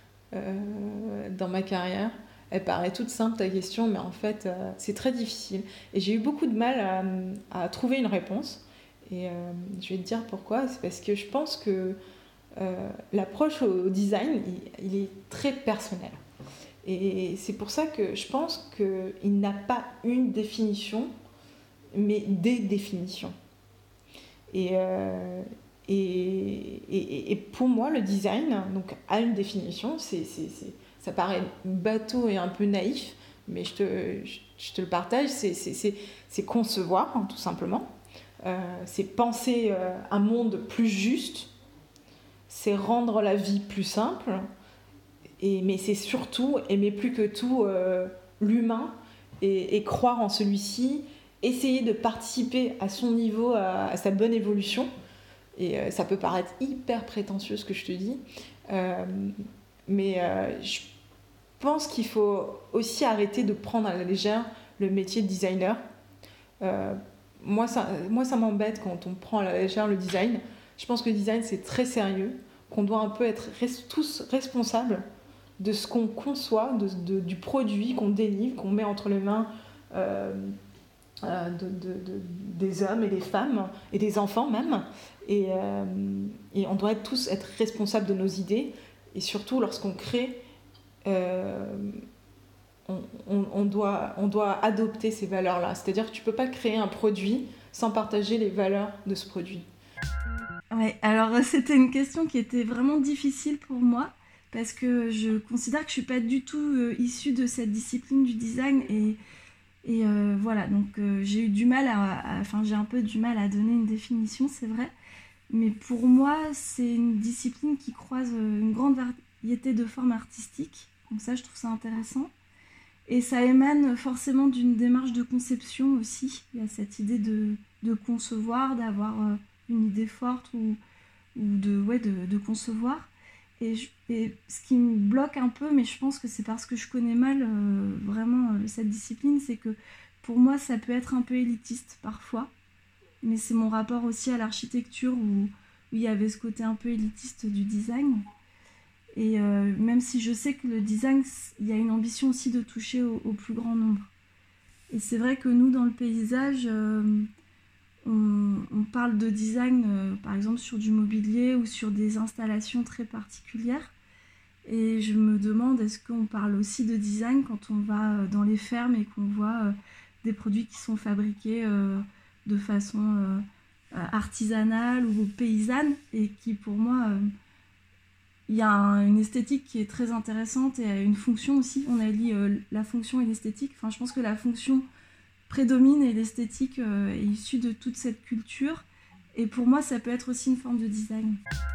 euh, dans ma carrière. Elle paraît toute simple ta question, mais en fait, euh, c'est très difficile. Et j'ai eu beaucoup de mal à, à trouver une réponse. Et euh, je vais te dire pourquoi. C'est parce que je pense que euh, l'approche au design, il, il est très personnel. Et c'est pour ça que je pense qu'il n'a pas une définition, mais des définitions. Et, euh, et, et, et pour moi, le design donc, a une définition. C'est, c'est, c'est, ça paraît bateau et un peu naïf, mais je te, je, je te le partage. C'est, c'est, c'est, c'est concevoir, hein, tout simplement. Euh, c'est penser euh, un monde plus juste, c'est rendre la vie plus simple, et, mais c'est surtout aimer plus que tout euh, l'humain et, et croire en celui-ci, essayer de participer à son niveau, à, à sa bonne évolution. Et euh, ça peut paraître hyper prétentieux ce que je te dis, euh, mais euh, je pense qu'il faut aussi arrêter de prendre à la légère le métier de designer. Euh, Moi ça, moi, ça m'embête quand on prend à la légère le design. Je pense que le design, c'est très sérieux, qu'on doit un peu être res- tous responsables de ce qu'on conçoit, de, de, du produit qu'on délivre, qu'on met entre les mains euh, euh, de, de, de, des hommes et des femmes, et des enfants même. Et, euh, et on doit tous être responsables de nos idées, et surtout lorsqu'on crée... Euh, On, on, on, doit, on doit adopter ces valeurs-là. C'est-à-dire que tu ne peux pas créer un produit sans partager les valeurs de ce produit. Ouais, alors c'était une question qui était vraiment difficile pour moi parce que je considère que je ne suis pas du tout euh, issue de cette discipline du design et Et euh, voilà, donc euh, j'ai eu du mal à, enfin j'ai un peu du mal à donner une définition, c'est vrai. Mais pour moi, c'est une discipline qui croise une grande variété de formes artistiques. Donc ça, je trouve ça intéressant. Et ça émane forcément d'une démarche de conception aussi. Il y a cette idée de, de concevoir, d'avoir une idée forte ou, ou de, ouais, de, de concevoir. Et, je, et ce qui me bloque un peu, mais je pense que c'est parce que je connais mal euh, vraiment euh, cette discipline, c'est que pour moi, ça peut être un peu élitiste parfois. Mais c'est mon rapport aussi à l'architecture où, où il y avait ce côté un peu élitiste du design. Et euh, même si je sais que le design, il y a une ambition aussi de toucher au, au plus grand nombre. Et c'est vrai que nous, dans le paysage, euh, on, on parle de design, euh, par exemple, sur du mobilier ou sur des installations très particulières. Et je me demande, est-ce qu'on parle aussi de design quand on va dans les fermes et qu'on voit euh, des produits qui sont fabriqués euh, de façon euh, artisanale ou paysanne et qui, pour moi... Euh, il y a un, une esthétique qui est très intéressante et une fonction aussi. On allie euh, la fonction et l'esthétique. Enfin, je pense que la fonction prédomine et l'esthétique euh, est issue de toute cette culture. Et pour moi, ça peut être aussi une forme de design.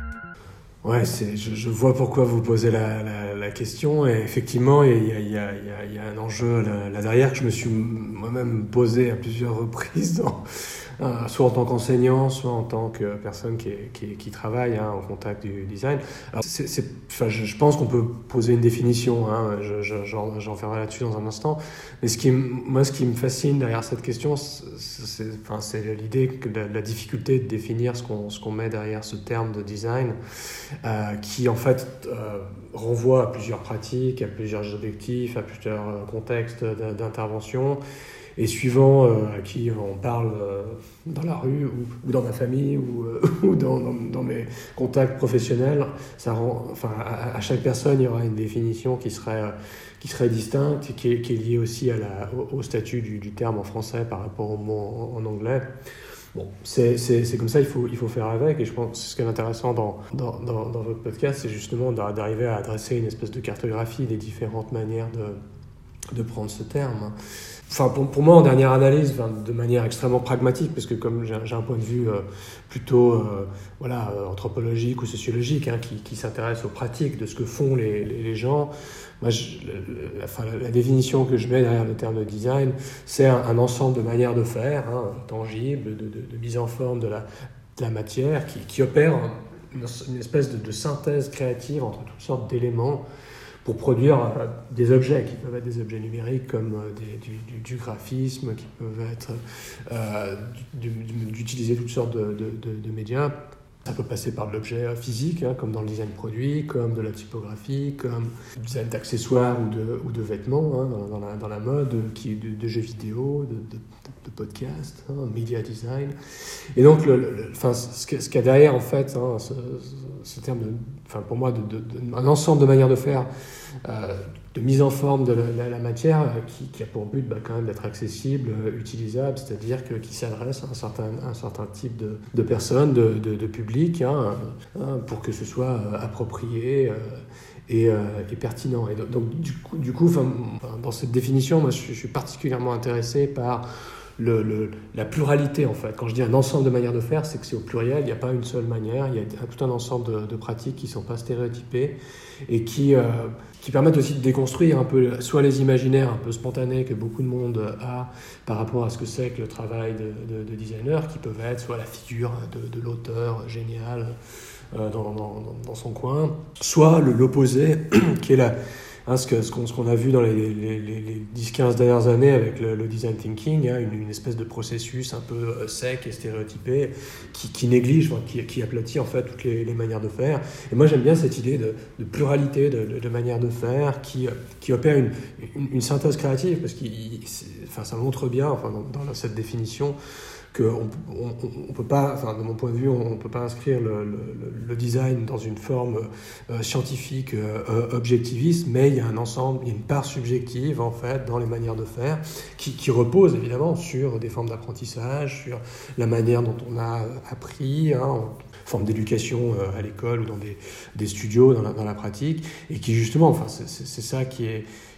Ouais, c'est, je, je vois pourquoi vous posez la, la, la question. Et effectivement, il y a, il y a, il y a, il y a un enjeu là, là derrière que je me suis moi-même posé à plusieurs reprises dans... Euh, soit en tant qu'enseignant, soit en tant que personne qui, est, qui, qui travaille hein, au contact du design. Alors, c'est, c'est, enfin, je, je pense qu'on peut poser une définition, hein, je, je, j'en, j'en ferai là-dessus dans un instant. Mais ce qui, moi, ce qui me fascine derrière cette question, c'est, c'est, enfin, c'est l'idée que la, la difficulté de définir ce qu'on, ce qu'on met derrière ce terme de design, euh, qui en fait euh, renvoie à plusieurs pratiques, à plusieurs objectifs, à plusieurs contextes d'intervention. Et suivant euh, à qui on parle euh, dans la rue ou, ou dans ma famille ou, euh, ou dans, dans, dans mes contacts professionnels, ça rend, enfin, à, à chaque personne, il y aura une définition qui serait, euh, qui serait distincte et qui est, qui est liée aussi à la, au, au statut du, du terme en français par rapport au mot en, en anglais. Bon, c'est, c'est, c'est comme ça, il faut, il faut faire avec. Et je pense que ce qui est intéressant dans, dans, dans, dans votre podcast, c'est justement d'arriver à adresser une espèce de cartographie des différentes manières de, de prendre ce terme. Enfin, pour, pour moi, en dernière analyse, enfin, de manière extrêmement pragmatique, parce que comme j'ai, j'ai un point de vue euh, plutôt euh, voilà, euh, anthropologique ou sociologique, hein, qui, qui s'intéresse aux pratiques de ce que font les, les, les gens, moi, je, la, la, enfin, la définition que je mets derrière le terme de design, c'est un, un ensemble de manières de faire, hein, tangibles, de, de, de mise en forme de la, de la matière, qui, qui opère une, une espèce de, de synthèse créative entre toutes sortes d'éléments pour produire euh, des objets qui peuvent être des objets numériques comme euh, des, du, du, du graphisme, qui peuvent être euh, du, du, d'utiliser toutes sortes de, de, de, de médias. Ça peut passer par de l'objet physique, hein, comme dans le design produit, comme de la typographie, comme le design d'accessoires ou de, ou de vêtements, hein, dans, dans, la, dans la mode, qui, de, de jeux vidéo, de, de, de podcasts, hein, media design. Et donc, le, le, enfin, ce qu'il y a derrière, en fait, hein, ce, ce terme, de, enfin, pour moi, de, de, de, un ensemble de manières de faire, euh, de mise en forme de la, la, la matière, euh, qui, qui a pour but bah, quand même d'être accessible, euh, utilisable, c'est-à-dire que, qui s'adresse à un certain, un certain type de, de personnes, de, de, de public, hein, hein, pour que ce soit euh, approprié euh, et, euh, et pertinent. Et donc, donc du coup, du coup enfin, dans cette définition, moi, je, je suis particulièrement intéressé par Le, le, la pluralité, en fait. Quand je dis un ensemble de manières de faire, c'est que c'est au pluriel, il n'y a pas une seule manière, il y a tout un ensemble de, de pratiques qui ne sont pas stéréotypées et qui, euh, qui permettent aussi de déconstruire un peu soit les imaginaires un peu spontanés que beaucoup de monde a par rapport à ce que c'est que le travail de, de, de designer, qui peuvent être soit la figure de, de l'auteur génial euh, dans, dans, dans son coin, soit le, l'opposé, qui est la Hein, ce, que, ce, qu'on, ce qu'on a vu dans les, les, les, les dix quinze dernières années avec le, le design thinking, hein, une, une espèce de processus un peu euh, sec et stéréotypé qui, qui néglige, enfin, qui, qui aplatit en fait toutes les, les manières de faire. Et moi j'aime bien cette idée de, de pluralité de, de, de manières de faire qui, qui opère une, une, une synthèse créative, parce que enfin, ça montre bien enfin, dans, dans cette définition qu'on on, on peut pas, enfin, de mon point de vue, on ne peut pas inscrire le, le, le design dans une forme euh, scientifique euh, objectiviste, mais il y a un ensemble, il y a une part subjective en fait dans les manières de faire qui, qui repose évidemment sur des formes d'apprentissage, sur la manière dont on a appris, hein, en forme d'éducation euh, à l'école ou dans des, des studios, dans la, dans la pratique, et qui justement, enfin, c'est, c'est, c'est ça qui est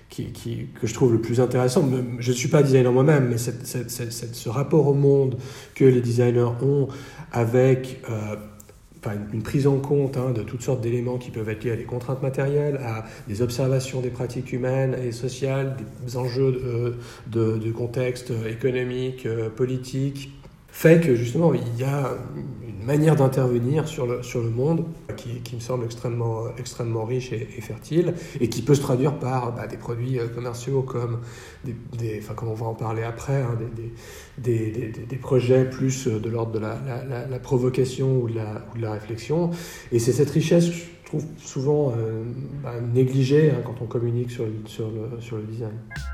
qui, qui, que je trouve le plus intéressant. Je ne suis pas designer moi-même, mais cette, cette, cette, cette, ce rapport au monde que les designers ont avec euh, enfin, une, une prise en compte hein, de toutes sortes d'éléments qui peuvent être liés à des contraintes matérielles, à des observations des pratiques humaines et sociales, des enjeux de, de, de contexte économique, politique, fait que justement il y a une manière d'intervenir sur le, sur le monde qui, qui me semble extrêmement, extrêmement riche et, et fertile et qui peut se traduire par bah, des produits commerciaux comme, des, des, enfin, comme on va en parler après, hein, des, des, des, des, des projets plus de l'ordre de la, la, la, la provocation ou de la, ou de la réflexion. Et c'est cette richesse, je trouve, souvent euh, bah, négligée hein, quand on communique sur, sur, le, sur le design.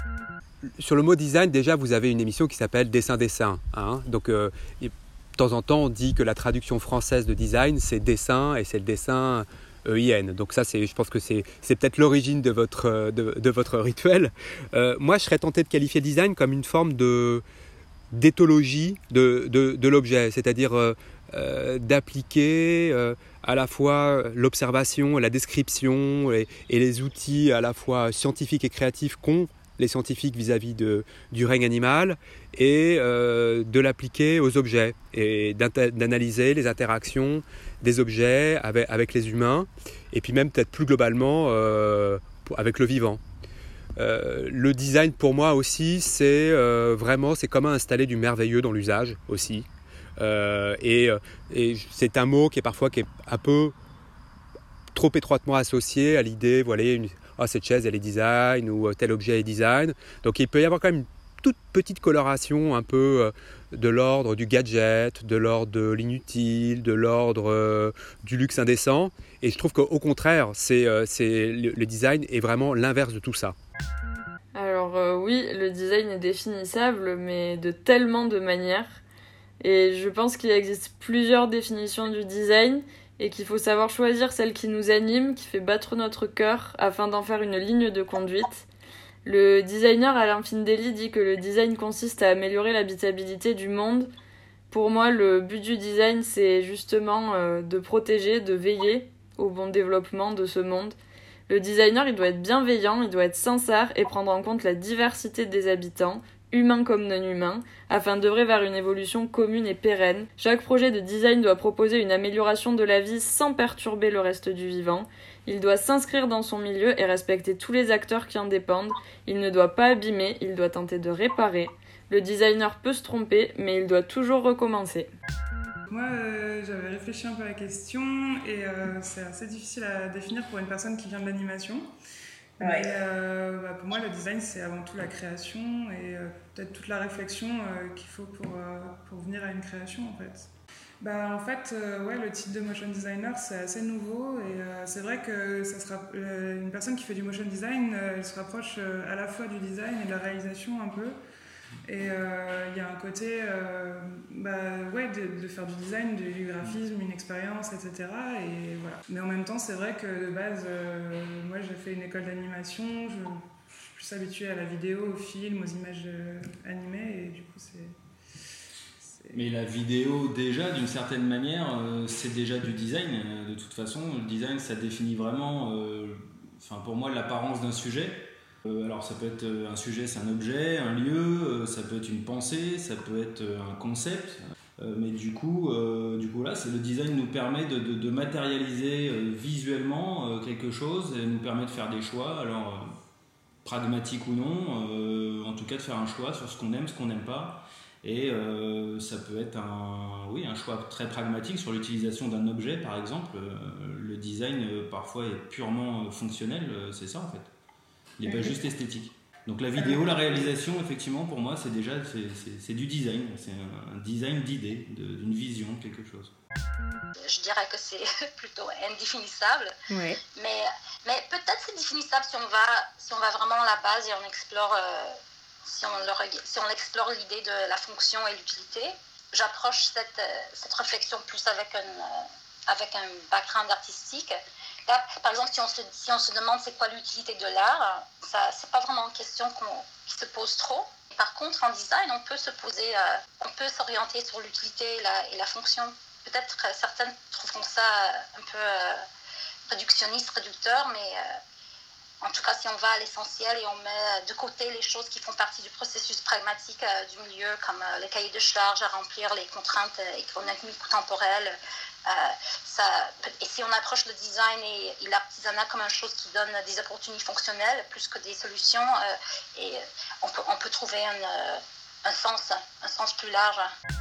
Sur le mot design, déjà, vous avez une émission qui s'appelle Dessin-Dessin. Hein. Donc, euh, de temps en temps, on dit que la traduction française de design, c'est dessin et c'est le dessin E I N. Donc ça, c'est, je pense que c'est, c'est peut-être l'origine de votre, de, de votre rituel. Euh, moi, je serais tenté de qualifier le design comme une forme de, d'éthologie de, de, de l'objet, c'est-à-dire euh, euh, d'appliquer euh, à la fois l'observation, la description et, et les outils à la fois scientifiques et créatifs qu'ont les scientifiques vis-à-vis de, du règne animal et euh, de l'appliquer aux objets et d'analyser les interactions des objets avec, avec les humains et puis même peut-être plus globalement euh, avec le vivant. Euh, le design pour moi aussi c'est euh, vraiment c'est comment installer du merveilleux dans l'usage aussi euh, et, et c'est un mot qui est parfois qui est un peu trop étroitement associé à l'idée voilà une oh, cette chaise elle est design ou tel objet est design. Donc il peut y avoir quand même une toute petite coloration un peu de l'ordre du gadget, de l'ordre de l'inutile, de l'ordre euh, du luxe indécent. Et je trouve qu'au contraire, c'est, euh, c'est, le, le design est vraiment l'inverse de tout ça. Alors euh, oui, le design est définissable, mais de tellement de manières. Et je pense qu'il existe plusieurs définitions du design et qu'il faut savoir choisir celle qui nous anime, qui fait battre notre cœur, afin d'en faire une ligne de conduite. Le designer Alain Findeli dit que le design consiste à améliorer l'habitabilité du monde. Pour moi, le but du design, c'est justement euh, de protéger, de veiller au bon développement de ce monde. Le designer, il doit être bienveillant, il doit être sincère et prendre en compte la diversité des habitants, humains comme non humains, afin d'œuvrer vers une évolution commune et pérenne. Chaque projet de design doit proposer une amélioration de la vie sans perturber le reste du vivant. Il doit s'inscrire dans son milieu et respecter tous les acteurs qui en dépendent. Il ne doit pas abîmer, il doit tenter de réparer. Le designer peut se tromper, mais il doit toujours recommencer. Moi, euh, j'avais réfléchi un peu à la question et euh, c'est assez difficile à définir pour une personne qui vient de l'animation. Ouais. Mais euh, bah, pour moi, le design, c'est avant tout la création et euh, peut-être toute la réflexion euh, qu'il faut pour, euh, pour venir à une création, en fait. Bah, en fait, euh, ouais, le titre de motion designer, c'est assez nouveau et euh, c'est vrai que ça sera, euh, une personne qui fait du motion design, euh, elle se rapproche euh, à la fois du design et de la réalisation un peu. Et il euh, y a un côté euh, bah, ouais, de, de faire du design, du graphisme, une expérience, et cetera. Et voilà. Mais en même temps, c'est vrai que de base, euh, moi j'ai fait une école d'animation, je, je suis plus habituée à la vidéo, au film, aux images euh, animées, et du coup c'est... Mais la vidéo, déjà, d'une certaine manière, euh, c'est déjà du design. Euh, de toute façon, le design, ça définit vraiment, euh, enfin, pour moi, l'apparence d'un sujet. Euh, alors, ça peut être un sujet, c'est un objet, un lieu, euh, ça peut être une pensée, ça peut être un concept. Euh, mais du coup, euh, du coup là, c'est, le design nous permet de, de, de matérialiser euh, visuellement euh, quelque chose et nous permet de faire des choix. Alors, euh, pragmatiques ou non, euh, en tout cas de faire un choix sur ce qu'on aime, ce qu'on n'aime pas. Et euh, ça peut être un, oui, un choix très pragmatique sur l'utilisation d'un objet, par exemple. Euh, le design, euh, parfois, est purement fonctionnel, euh, c'est ça, en fait. Il n'est pas juste esthétique. Donc la vidéo, la réalisation, effectivement, pour moi, c'est déjà c'est, c'est, c'est du design. C'est un, un design d'idée, de, d'une vision, de quelque chose. Je dirais que c'est plutôt indéfinissable. Oui. Mais, mais peut-être c'est définissable si on va, si on va vraiment à la base et on explore... Euh, Si on, le, si on explore l'idée de la fonction et l'utilité. J'approche cette, cette réflexion plus avec un, avec un background artistique. Là, par exemple, si on se, si on se demande c'est quoi l'utilité de l'art, ce n'est pas vraiment une question qu'on, qui se pose trop. Par contre, en design, on peut se poser, euh, on peut s'orienter sur l'utilité et la, et la fonction. Peut-être que certaines trouveront ça un peu euh, réductionniste, réducteur, mais... Euh, en tout cas, si on va à l'essentiel et on met de côté les choses qui font partie du processus pragmatique euh, du milieu, comme euh, les cahiers de charges à remplir, les contraintes euh, économiques temporelles, euh, ça, et si on approche le design et, et l'artisanat comme une chose qui donne des opportunités fonctionnelles plus que des solutions, euh, et on peut, on peut trouver un, un sens, un sens plus large.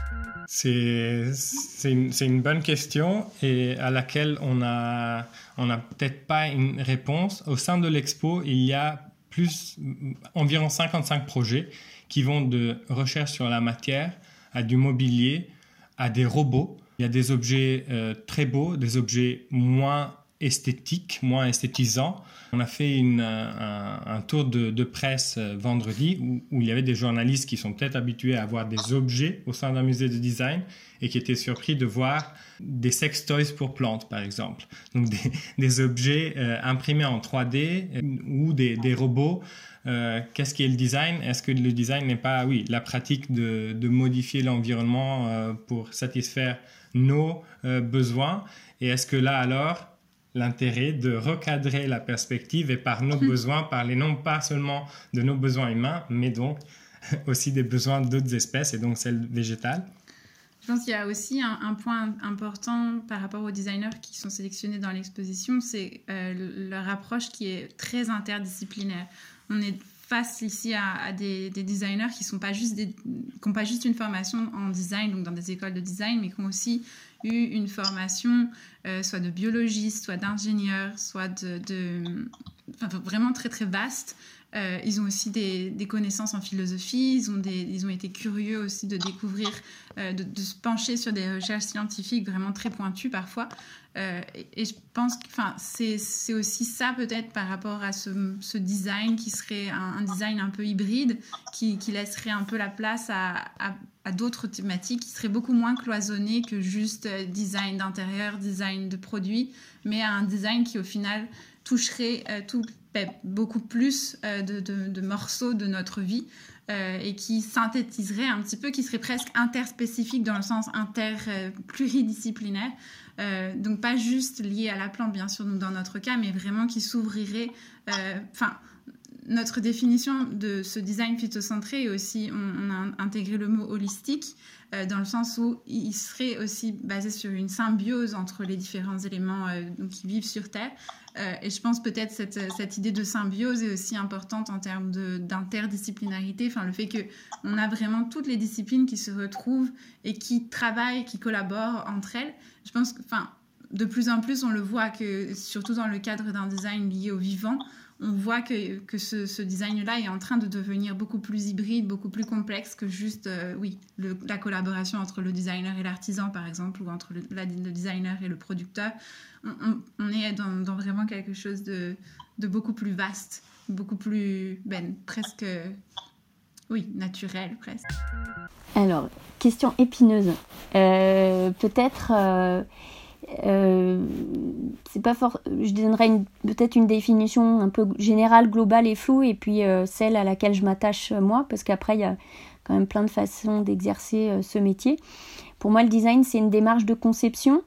C'est, c'est, une, c'est une bonne question et à laquelle on n'a on a peut-être pas une réponse. Au sein de l'expo, il y a plus, environ cinquante-cinq projets qui vont de recherche sur la matière à du mobilier, à des robots. Il y a des objets euh, très beaux, des objets moins esthétiques, moins esthétisants. On a fait une, un, un tour de, de presse vendredi où, où il y avait des journalistes qui sont peut-être habitués à voir des objets au sein d'un musée de design et qui étaient surpris de voir des sex toys pour plantes, par exemple. Donc des, des objets euh, imprimés en trois D euh, ou des, des robots. Euh, qu'est-ce qui est le design ? Est-ce que le design n'est pas, oui, la pratique de, de modifier l'environnement euh, pour satisfaire nos euh, besoins ? Et est-ce que là, alors, l'intérêt de recadrer la perspective et par nos besoins, parler non pas seulement de nos besoins humains, mais donc aussi des besoins d'autres espèces et donc celles végétales. Je pense qu'il y a aussi un, un point important par rapport aux designers qui sont sélectionnés dans l'exposition, c'est euh, leur approche qui est très interdisciplinaire. On est face ici à, à des, des designers qui sont pas juste des, qui n'ont pas juste une formation en design, donc dans des écoles de design, mais qui ont aussi eu une formation euh, soit de biologiste, soit d'ingénieur, soit de, de enfin, vraiment très très vaste. Euh, ils ont aussi des, des connaissances en philosophie, ils ont, des, ils ont été curieux aussi de découvrir, euh, de, de se pencher sur des recherches scientifiques vraiment très pointues parfois. Euh, et, et je pense que c'est, c'est aussi ça peut-être par rapport à ce, ce design qui serait un, un design un peu hybride, qui, qui laisserait un peu la place à, à, à d'autres thématiques, qui seraient beaucoup moins cloisonnées que juste design d'intérieur, design de produits, mais à un design qui au final toucherait euh, tout, ben, beaucoup plus euh, de, de, de morceaux de notre vie euh, et qui synthétiserait un petit peu, qui serait presque interspécifique dans le sens inter euh, pluridisciplinaire. Euh, donc pas juste lié à la plante bien sûr, donc dans notre cas, mais vraiment qui s'ouvrirait. Enfin, euh, notre définition de ce design phytocentré est aussi, on, on a intégré le mot holistique euh, dans le sens où il serait aussi basé sur une symbiose entre les différents éléments euh, donc, qui vivent sur Terre. Euh, et je pense peut-être cette, cette idée de symbiose est aussi importante en termes de, d'interdisciplinarité, enfin le fait qu'on a vraiment toutes les disciplines qui se retrouvent et qui travaillent, qui collaborent entre elles. Je pense que, enfin, de plus en plus, on le voit que, surtout dans le cadre d'un design lié au vivant, on voit que, que ce, ce design-là est en train de devenir beaucoup plus hybride, beaucoup plus complexe que juste, euh, oui, le, la collaboration entre le designer et l'artisan, par exemple, ou entre le, la, le designer et le producteur. On, on, on est dans, dans vraiment quelque chose de, de beaucoup plus vaste, beaucoup plus, ben, presque, oui, naturel, presque. Alors, question épineuse. Euh, peut-être... Euh... Euh, c'est pas fort. Je donnerais une, peut-être une définition un peu générale, globale et floue, et puis euh, celle à laquelle je m'attache moi, parce qu'après il y a quand même plein de façons d'exercer euh, ce métier. Pour moi, le design, c'est une démarche de conception.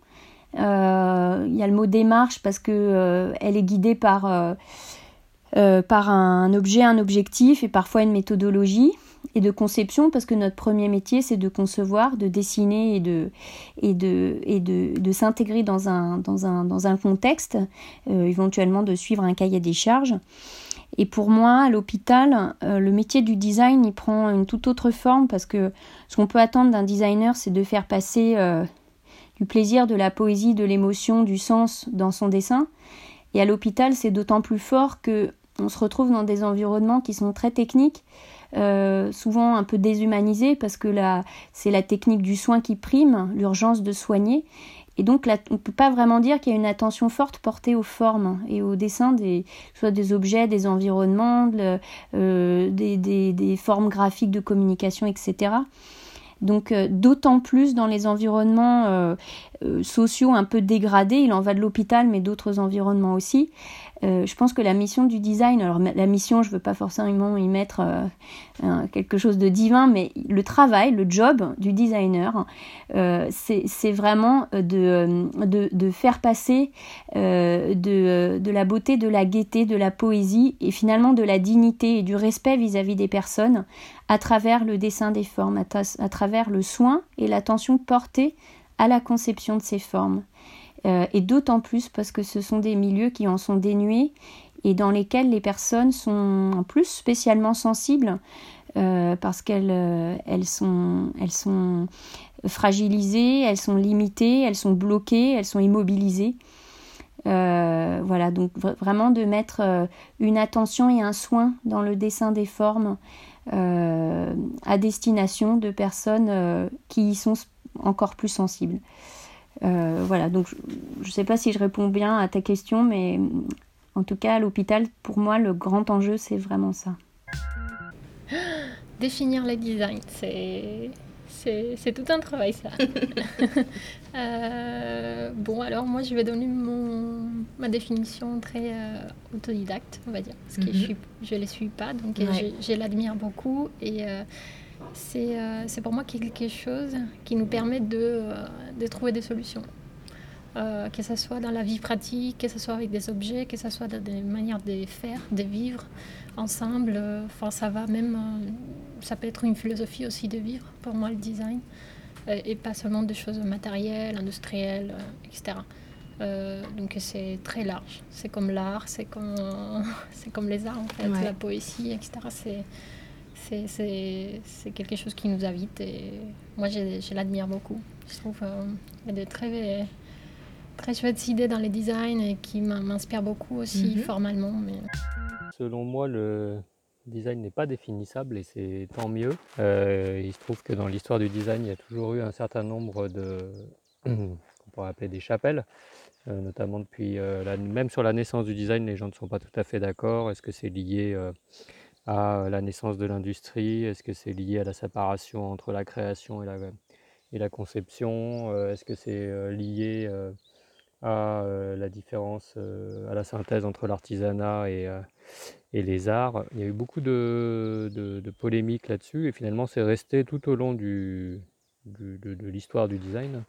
Euh, il y a le mot démarche parce que euh, elle est guidée par euh, euh, par un objet, un objectif et parfois une méthodologie. Et de conception, parce que notre premier métier, c'est de concevoir, de dessiner et de, et de, et de, de s'intégrer dans un, dans un, dans un contexte, euh, éventuellement de suivre un cahier des charges. Et pour moi, à l'hôpital, euh, le métier du design, il prend une toute autre forme, parce que ce qu'on peut attendre d'un designer, c'est de faire passer euh, du plaisir, de la poésie, de l'émotion, du sens dans son dessin. Et à l'hôpital, c'est d'autant plus fort qu'on se retrouve dans des environnements qui sont très techniques, Euh, souvent un peu déshumanisé parce que là, c'est la technique du soin qui prime, l'urgence de soigner. Et donc, là, on ne peut pas vraiment dire qu'il y a une attention forte portée aux formes et au dessin, des, soit des objets, des environnements, de, euh, des, des, des formes graphiques de communication, et cetera. Donc, euh, d'autant plus dans les environnements euh, euh, sociaux un peu dégradés. Il en va de l'hôpital, mais d'autres environnements aussi. Euh, je pense que la mission du design, alors la mission, je ne veux pas forcément y mettre euh, un, quelque chose de divin, mais le travail, le job du designer, euh, c'est, c'est vraiment de, de, de faire passer euh, de, de la beauté, de la gaieté, de la poésie et finalement de la dignité et du respect vis-à-vis des personnes à travers le dessin des formes, à, ta- à travers le soin et l'attention portée à la conception de ces formes. Euh, et d'autant plus parce que ce sont des milieux qui en sont dénués et dans lesquels les personnes sont en plus spécialement sensibles euh, parce qu'elles euh, elles sont, elles sont fragilisées, elles sont limitées, elles sont bloquées, elles sont immobilisées. Euh, voilà, donc v- vraiment de mettre euh, une attention et un soin dans le dessin des formes euh, à destination de personnes euh, qui y sont encore plus sensibles. Euh, voilà, donc je ne sais pas si je réponds bien à ta question, mais en tout cas, à l'hôpital, pour moi, le grand enjeu, c'est vraiment ça. Définir les designs, c'est, c'est, c'est tout un travail, ça. euh, bon, alors moi, je vais donner mon, ma définition très euh, autodidacte, on va dire, parce que mm-hmm. je ne les suis pas, donc ouais. je, je l'admire beaucoup et... Euh, C'est, euh, c'est pour moi quelque chose qui nous permet de, euh, de trouver des solutions. Euh, que ce soit dans la vie pratique, que ce soit avec des objets, que ce soit dans des manières de faire, de vivre ensemble. Enfin, ça va même... Euh, ça peut être une philosophie aussi de vivre, pour moi, le design. Euh, et pas seulement des choses matérielles, industrielles, euh, et cetera. Euh, donc c'est très large. C'est comme l'art, c'est comme, euh, c'est comme les arts, en fait, ouais. La poésie, et cetera. C'est... C'est, c'est, c'est quelque chose qui nous habite et moi je, je l'admire beaucoup. Je trouve qu'il euh, y a de très, très chouettes idées dans les designs et qui m'inspirent beaucoup aussi mm-hmm. formellement. Mais... Selon moi, le design n'est pas définissable et c'est tant mieux. Euh, il se trouve que dans l'histoire du design, il y a toujours eu un certain nombre de, qu'on pourrait appeler des chapelles. Euh, notamment depuis, euh, la, même sur la naissance du design, les gens ne sont pas tout à fait d'accord. Est-ce que c'est lié... Euh, à la naissance de l'industrie? Est-ce que c'est lié à la séparation entre la création et la, et la conception? Est-ce que c'est lié à la différence, à la synthèse entre l'artisanat et, et les arts? Il y a eu beaucoup de, de, de polémiques là-dessus et finalement c'est resté tout au long du, du, de, de l'histoire du design.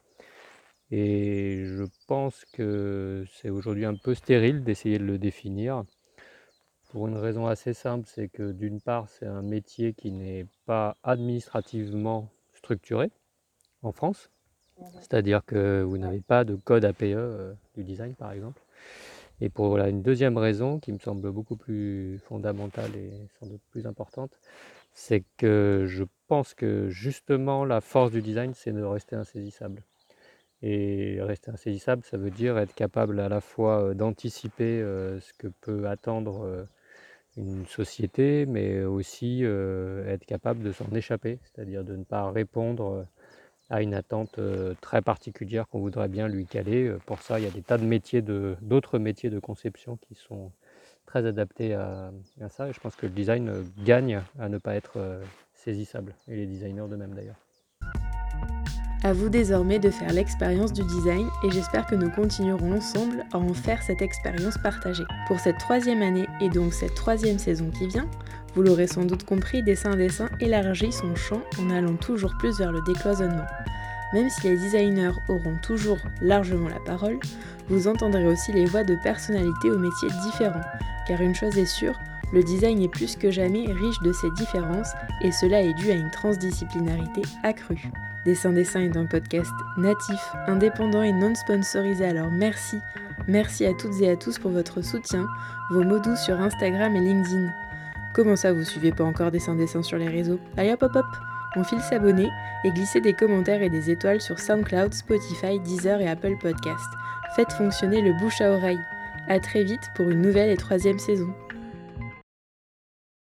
Et je pense que c'est aujourd'hui un peu stérile d'essayer de le définir. Pour une raison assez simple, c'est que d'une part, c'est un métier qui n'est pas administrativement structuré en France. C'est-à-dire que vous n'avez pas de code A P E euh, du design, par exemple. Et pour là, une deuxième raison, qui me semble beaucoup plus fondamentale et sans doute plus importante, c'est que je pense que justement, la force du design, c'est de rester insaisissable. Et rester insaisissable, ça veut dire être capable à la fois d'anticiper euh, ce que peut attendre euh, une société, mais aussi euh, être capable de s'en échapper, c'est-à-dire de ne pas répondre à une attente euh, très particulière qu'on voudrait bien lui caler. Pour ça, il y a des tas de métiers, de, d'autres métiers de conception qui sont très adaptés à, à ça. Et je pense que le design gagne à ne pas être euh, saisissable, et les designers de même d'ailleurs. À vous désormais de faire l'expérience du design et j'espère que nous continuerons ensemble à en faire cette expérience partagée. Pour cette troisième année et donc cette troisième saison qui vient, vous l'aurez sans doute compris, Dessin Dessin élargit son champ en allant toujours plus vers le décloisonnement. Même si les designers auront toujours largement la parole, vous entendrez aussi les voix de personnalités aux métiers différents, car une chose est sûre, le design est plus que jamais riche de ses différences et cela est dû à une transdisciplinarité accrue. Dessin Dessin est un podcast natif, indépendant et non sponsorisé, alors merci, merci à toutes et à tous pour votre soutien, vos mots doux sur Instagram et LinkedIn. Comment ça vous suivez pas encore Dessin Dessin sur les réseaux? Allez hop hop hop, on file s'abonner et glisser des commentaires et des étoiles sur SoundCloud, Spotify, Deezer et Apple Podcasts. Faites fonctionner le bouche à oreille. À très vite pour une nouvelle et troisième saison.